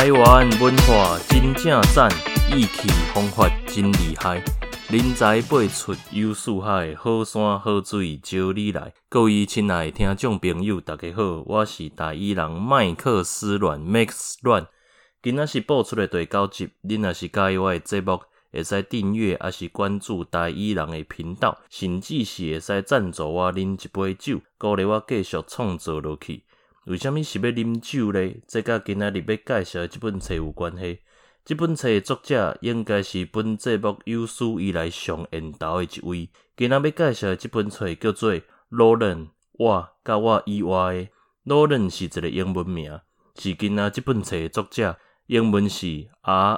台湾文化真正赞，意气风发真厉害。人才辈出有四海，好山好水招你来。各位亲爱的听众朋友，大家好，我是台语人麦克斯阮 Max 阮。今仔是播出的第9集，恁若是喜欢我的节目，会使订阅还是关注台语人的频道，甚至是会使赞助我啉一杯酒，鼓励我继续创作落去。为什么是要啉酒呢？这甲今仔日要介绍的这本册有关系。这本册的作者应该是本节目有史以来上缘投的一位。今仔要介绍的这本册叫做《Lauren 我甲我以外的》。Lauren 是一个英文名，是今仔这本册的作者。英文是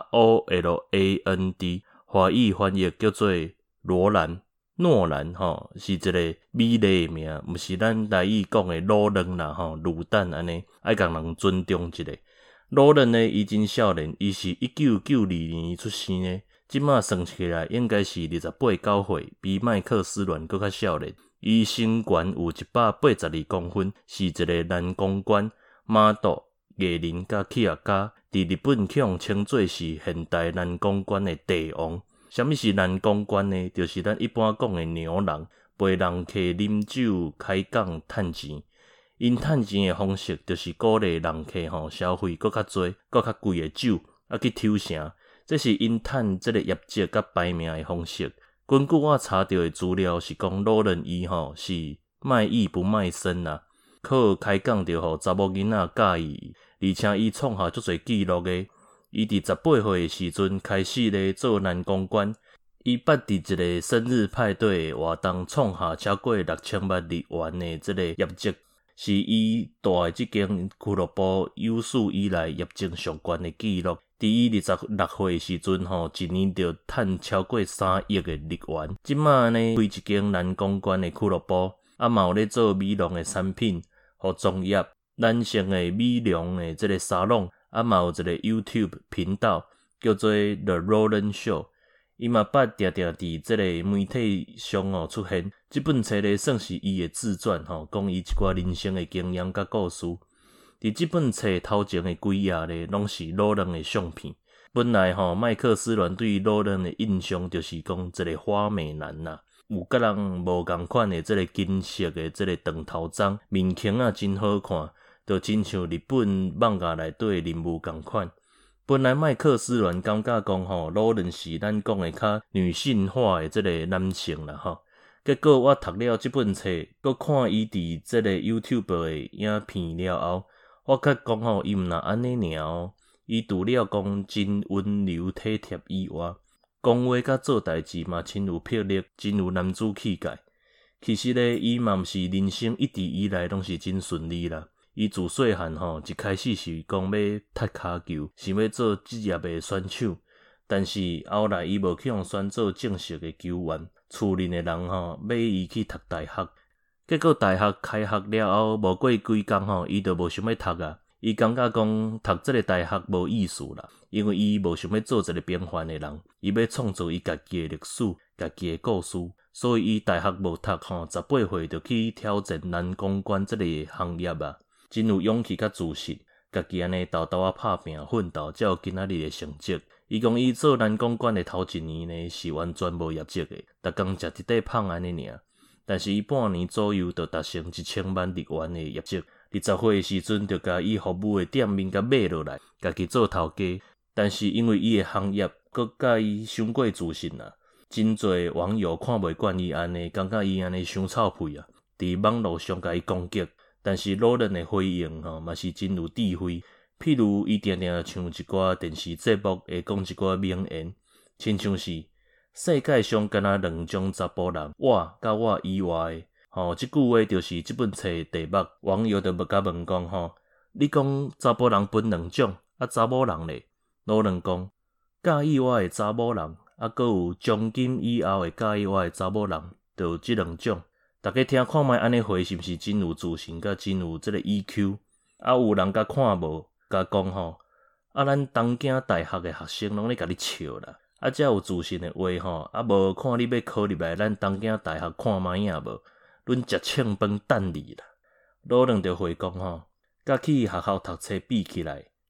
ROLAND， 华语翻译叫做罗兰。诺兰是一个美丽的名，不是咱台语讲的鲁人啦卤蛋安尼，爱甲人尊重一下。鲁人呢，伊真少年，伊是1992年出生的，即马算起来应该是28、9岁，比麦克斯阮搁较少年。伊身悬有182公分，是一个男公关、model、艺人甲企业家，伫日本向称作是现代男公关的帝王。什么是男公关呢？就是咱一般讲的牛郎，陪人客啉酒、开讲、趁钱。因趁钱的方式，就是鼓励人客消费搁较多、搁较贵的酒，去抽成。这是因趁这个业绩甲排名的方式。根据我查到的资料是讲，鲁人伊是卖艺不卖身啦，靠开讲就互查某囡仔介意，而且伊创下足侪纪录的。伊伫18岁的时阵开始咧做男公关，伊捌伫一个生日派对活动创下超过6000万日元的这个业绩，是伊带的这间俱乐部有史以来业绩上悬的纪录。伫伊26岁的时阵一年就赚超过3亿的日元。即马呢开一间男公关的俱乐部，嘛有咧做美容的产品，互专业男性的美容的这个沙龙。嘛有一个 YouTube 频道叫做 The Lauren Show， 伊嘛捌定伫这个媒体上出现。这本册咧算是伊的自传讲伊一寡人生的经验甲故事。伫这本册头前的几页咧，拢是Lauren的相片。本来麦克斯阮对Lauren的印象就是讲一个花美男啦，有甲人无共款的这个金色的这个长头鬃，面孔真好看。就真像日本漫画内底的人物同款。本来麦克斯阮感觉讲鲁人是咱讲的较女性化的这个男性啦结果我读了这本册，搁看伊伫这个 YouTube 的影片了后，我觉讲伊毋若安尼尔伊除了讲真温柔体贴以外，讲话甲做代志嘛真有魄力，真有男子气概。其实咧，伊嘛毋是人生一直以来拢是真顺利啦。伊自细汉一开始是讲要踢骹球，想要做职业的选手，但是后来伊无去选做正式的球员，厝里的人要伊去读大学，结果大学开学了后，无过几工伊就无想要读啊。伊感觉讲读这个大学无意思啦，因为伊无想要做一个平凡的人，伊要创造伊家己的历史、家己的故事，所以伊大学无读18岁就去挑战男公关这个行业啊。真有勇气甲自信，家己安尼豆豆啊拍拼奋斗，才有今仔日的成绩。伊讲伊做男公关的头一年呢，是完全无业绩的，逐工食一块胖安尼尔。但是伊半年左右就达成1000万日元的业绩。20岁的时阵，就甲伊服务的店面甲买落来，家己做头家。但是因为伊的行业佮甲伊伤过自信啦，真侪网友看袂惯伊安尼，感觉伊安尼伤臭屁啊，伫网络上甲伊攻击。但是鲁人的回应嘛是真有智慧，譬如伊定定唱一寡电视节目，会讲一寡名言，亲像是世界上敢若2种查甫人，我甲我以外的。这句话就是这本册题目。网友就甲问讲你讲查甫人分2种，查某人咧？鲁人讲介意我的查某人，佮有从今以后会介意我的查某人，就有这2种。大家听看卖安尼回是毋是真有自信，甲真有这个 EQ？ 有人甲看无，甲讲咱东京大学的学生拢咧甲你笑啦，遮有自信的话无看你要考入来咱东京大学看卖影无？阮食枪饭等你啦。鲁人就回讲甲去学校读册比起来，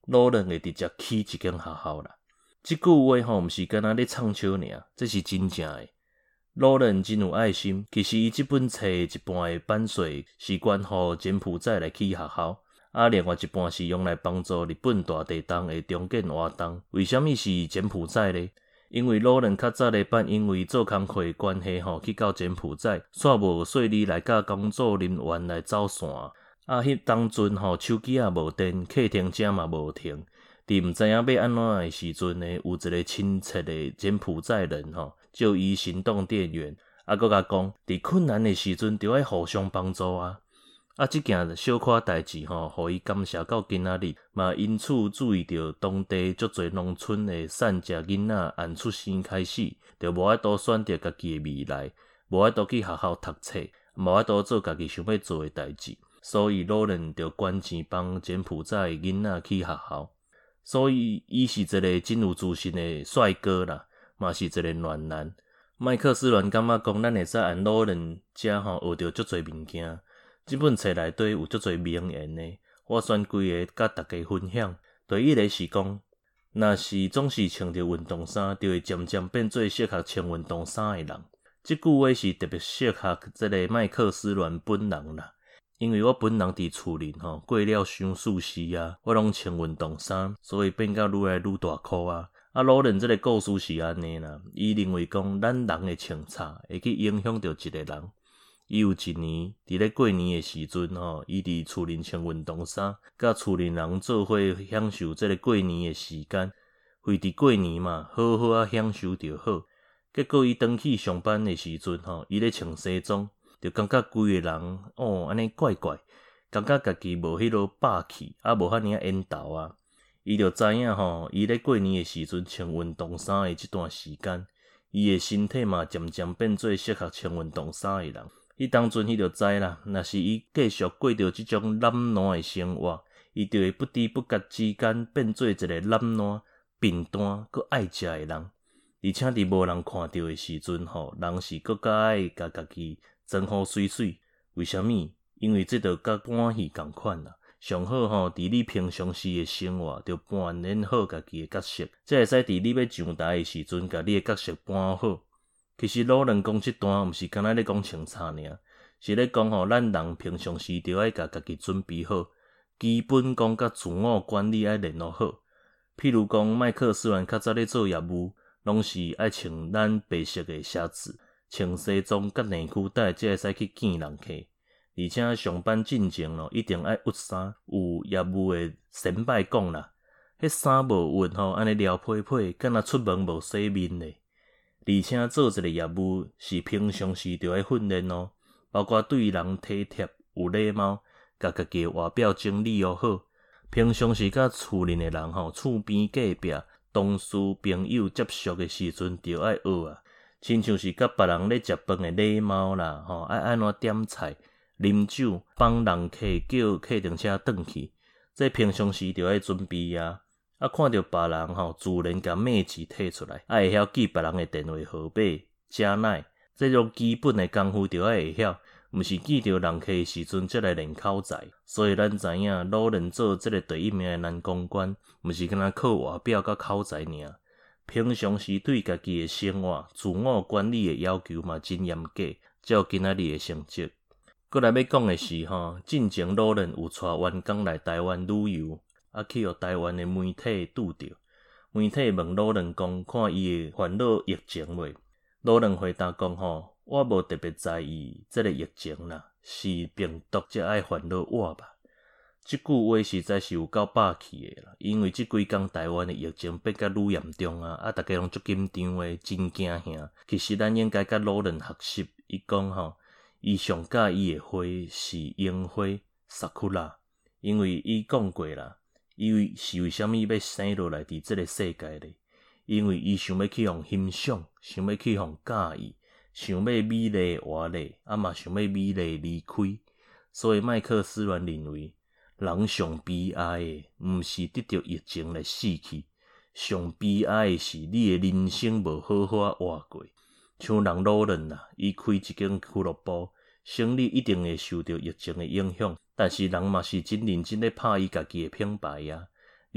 罗伦会直接起一间学校啦。即句话吼，毋是干那咧唱笑尔，这是真正诶。罗伦真有爱心，其实伊即本册一半诶版税是捐互柬埔寨来起学校，另外一半是用来帮助日本大地震诶重建活动。为虾米是柬埔寨呢？因为罗伦较早咧捌因为做工课关系去到柬埔寨，煞无顺利来甲工作人员来走线。迄当阵手机也无电，客停车嘛无停，伫毋知影要安怎诶时阵呢，有一个亲切诶柬埔寨人就伊行动电源，佮甲讲，伫困难诶时阵着爱互相帮助啊。即件小可代志互伊感谢到今仔日，嘛因此注意到当地足侪农村诶善食囡仔按出生开始，着无爱多选择家己诶未来，无爱多去学校读册，无爱多做家己想要做诶代志，所以罗伦着捐钱帮柬埔寨囡仔去学校。所以伊是一个真有自信诶帅哥啦，嘛是一个暖男。麦克斯伦感觉讲，咱会使按罗伦遮学着足侪物件。即本册内底有足侪名言呢，我选几个甲大家分享。第一个是讲，若是总是穿着运动衫，就会渐渐变做适合穿运动衫的人。即句话是特别适合这个麦克斯伦本人啦，因为我本人伫厝里过了伤舒适啊，我拢穿运动衫，所以变到愈来愈大箍啊。罗伦这个故事是安尼啦，伊认为讲咱人的穿插会去影响到一个人。伊有一年伫咧过年诶时阵伊伫厝里穿运动衫，甲厝里人做伙享受这个过年诶时间。为伫过年嘛，好好享受就好。结果伊转去上班诶时阵伊咧穿西装，就感觉规个人安尼怪怪，感觉家己无迄落霸气，无遐尔烟斗啊。伊就知影伊咧过年诶时阵穿运动衫诶即段时间，伊诶身体嘛渐渐变做适合穿运动衫诶人。伊当阵伊就知啦，若是伊继续过着即种懒惰诶生活，伊就会不知不觉之间变做一个懒惰、笨蛋、佮爱食诶人。而且伫无人看到诶时阵人是佮较爱甲家己装好水水。为虾米？因为这着甲搬戏共款啦。上好伫你平常时诶生活，着扮演好家己诶角色，才会使伫你要上台诶时阵，甲你诶角色扮好。其实罗伦讲这段毋是干那咧讲穿插尔，是咧讲咱人平常时着爱甲家己准备好，基本功甲自我管理爱练好。譬如讲麦克斯伦较早咧做业务，拢是爱穿咱白色诶鞋子，穿西装甲内裤带，才会使去见人客。而且上班进前一定爱换衫，有业务诶先辈讲啦，迄衫无换安尼撩皮皮，敢若出门无洗面咧。而且做一个业务是平常时就要训练包括对人体贴、有礼貌，甲家己外表整理好。平常时甲厝里的人厝边隔壁、同事朋友接触的时阵，就要学啊。亲像是甲别人咧食饭的礼貌啦，爱安怎点菜、啉酒、帮人客叫客停车转去，这平常时就要准备啊。看到别人自然甲面子摕出来，会晓记别人的电话号码、车乃，这种基本的功夫就要会晓，毋是记着人客的时阵才来练口才。所以咱知影，罗伦做这个第一名的男公关，毋是干那靠外表甲口才尔，平常时对家己的生活、自我管理的要求嘛真严格，才有今仔日的成绩。过来要讲的是进前罗伦有带员工来台湾旅游。去互台湾的媒体拄着，媒体问罗伦讲，看伊会烦恼疫情袂？罗伦回答讲我无特别在意这个疫情啦，是病毒才爱烦恼我吧。即句话实在是有够霸气的啦，因为即几工台湾的疫情变甲愈严重大家拢足紧张的，真惊吓。其实咱应该甲罗伦学习，伊讲伊上喜意的花是樱花 sakura， 因为伊讲过啦。伊是为虾米要生落来伫这个世界咧？因为伊想要去互欣赏，想要去互介意，想要美丽活咧，嘛想要美丽离开。所以麦克斯伦认为，人上悲哀的，毋是得到疫情来死去，上悲哀的是你的人生无好好活过。像人罗伦啦，伊开一间俱乐部，生理一定会受到疫情的影响。但是人嘛是真认真咧拍伊家己的品牌啊，而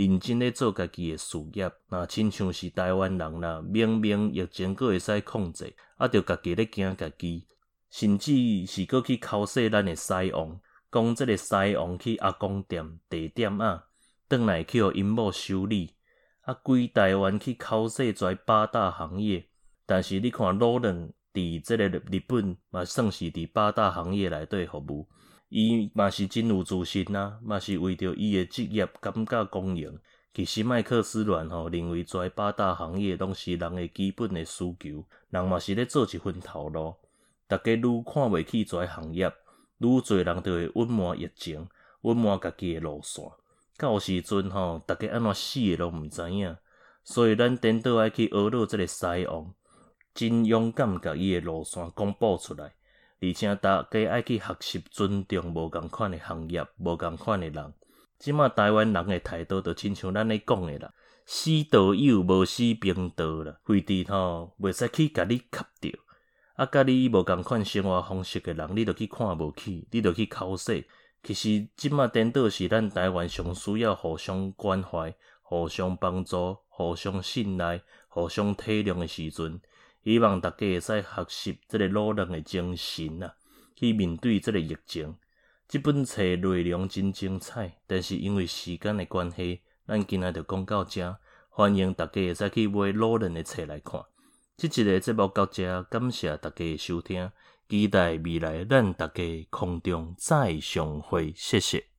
认真咧做家己诶事业，那亲像是台湾人啦，明明疫情阁会使控制，着家己咧惊家己，甚至是阁去考试咱诶师王，讲即个师王去阿公店地点仔，转来去互因某修理，规台湾去考试跩8大行业，但是你看老卵伫即个日本嘛算是伫8大行业内底服务。伊嘛是真有自信啊，嘛是为着伊诶职业感觉公平。其实麦克斯乱认为跩8大行业拢是人诶基本诶需求，人嘛是咧做一份头路。大家愈看袂起跩行业，愈侪人就会隐瞒疫情，隐瞒家己诶路线。到时阵大家安怎死诶拢毋知影，所以咱颠倒爱去学讨即个师王，真勇敢甲伊诶路线公布出来。而且大家爱去学习尊重无共款诶行业，无共款诶人。即马台湾人诶态度就亲像咱咧讲诶啦，死道友无死兵道啦，非得袂使去甲你磕着，甲你无共款生活方式诶人，你就去看无起，你就去口说。其实即马颠倒是咱台湾上需要互相关怀、互相帮助、互相信赖、互相体谅诶时阵。希望大家会使学习即个努力诶精神啊，去面对即个疫情。即本册内容真精彩，但是因为时间诶关系，咱今仔就讲到这。欢迎大家会使去买鲁人诶册来看。即一个节目到这，感谢大家诶收听，期待未来咱大家空中再相会，谢谢。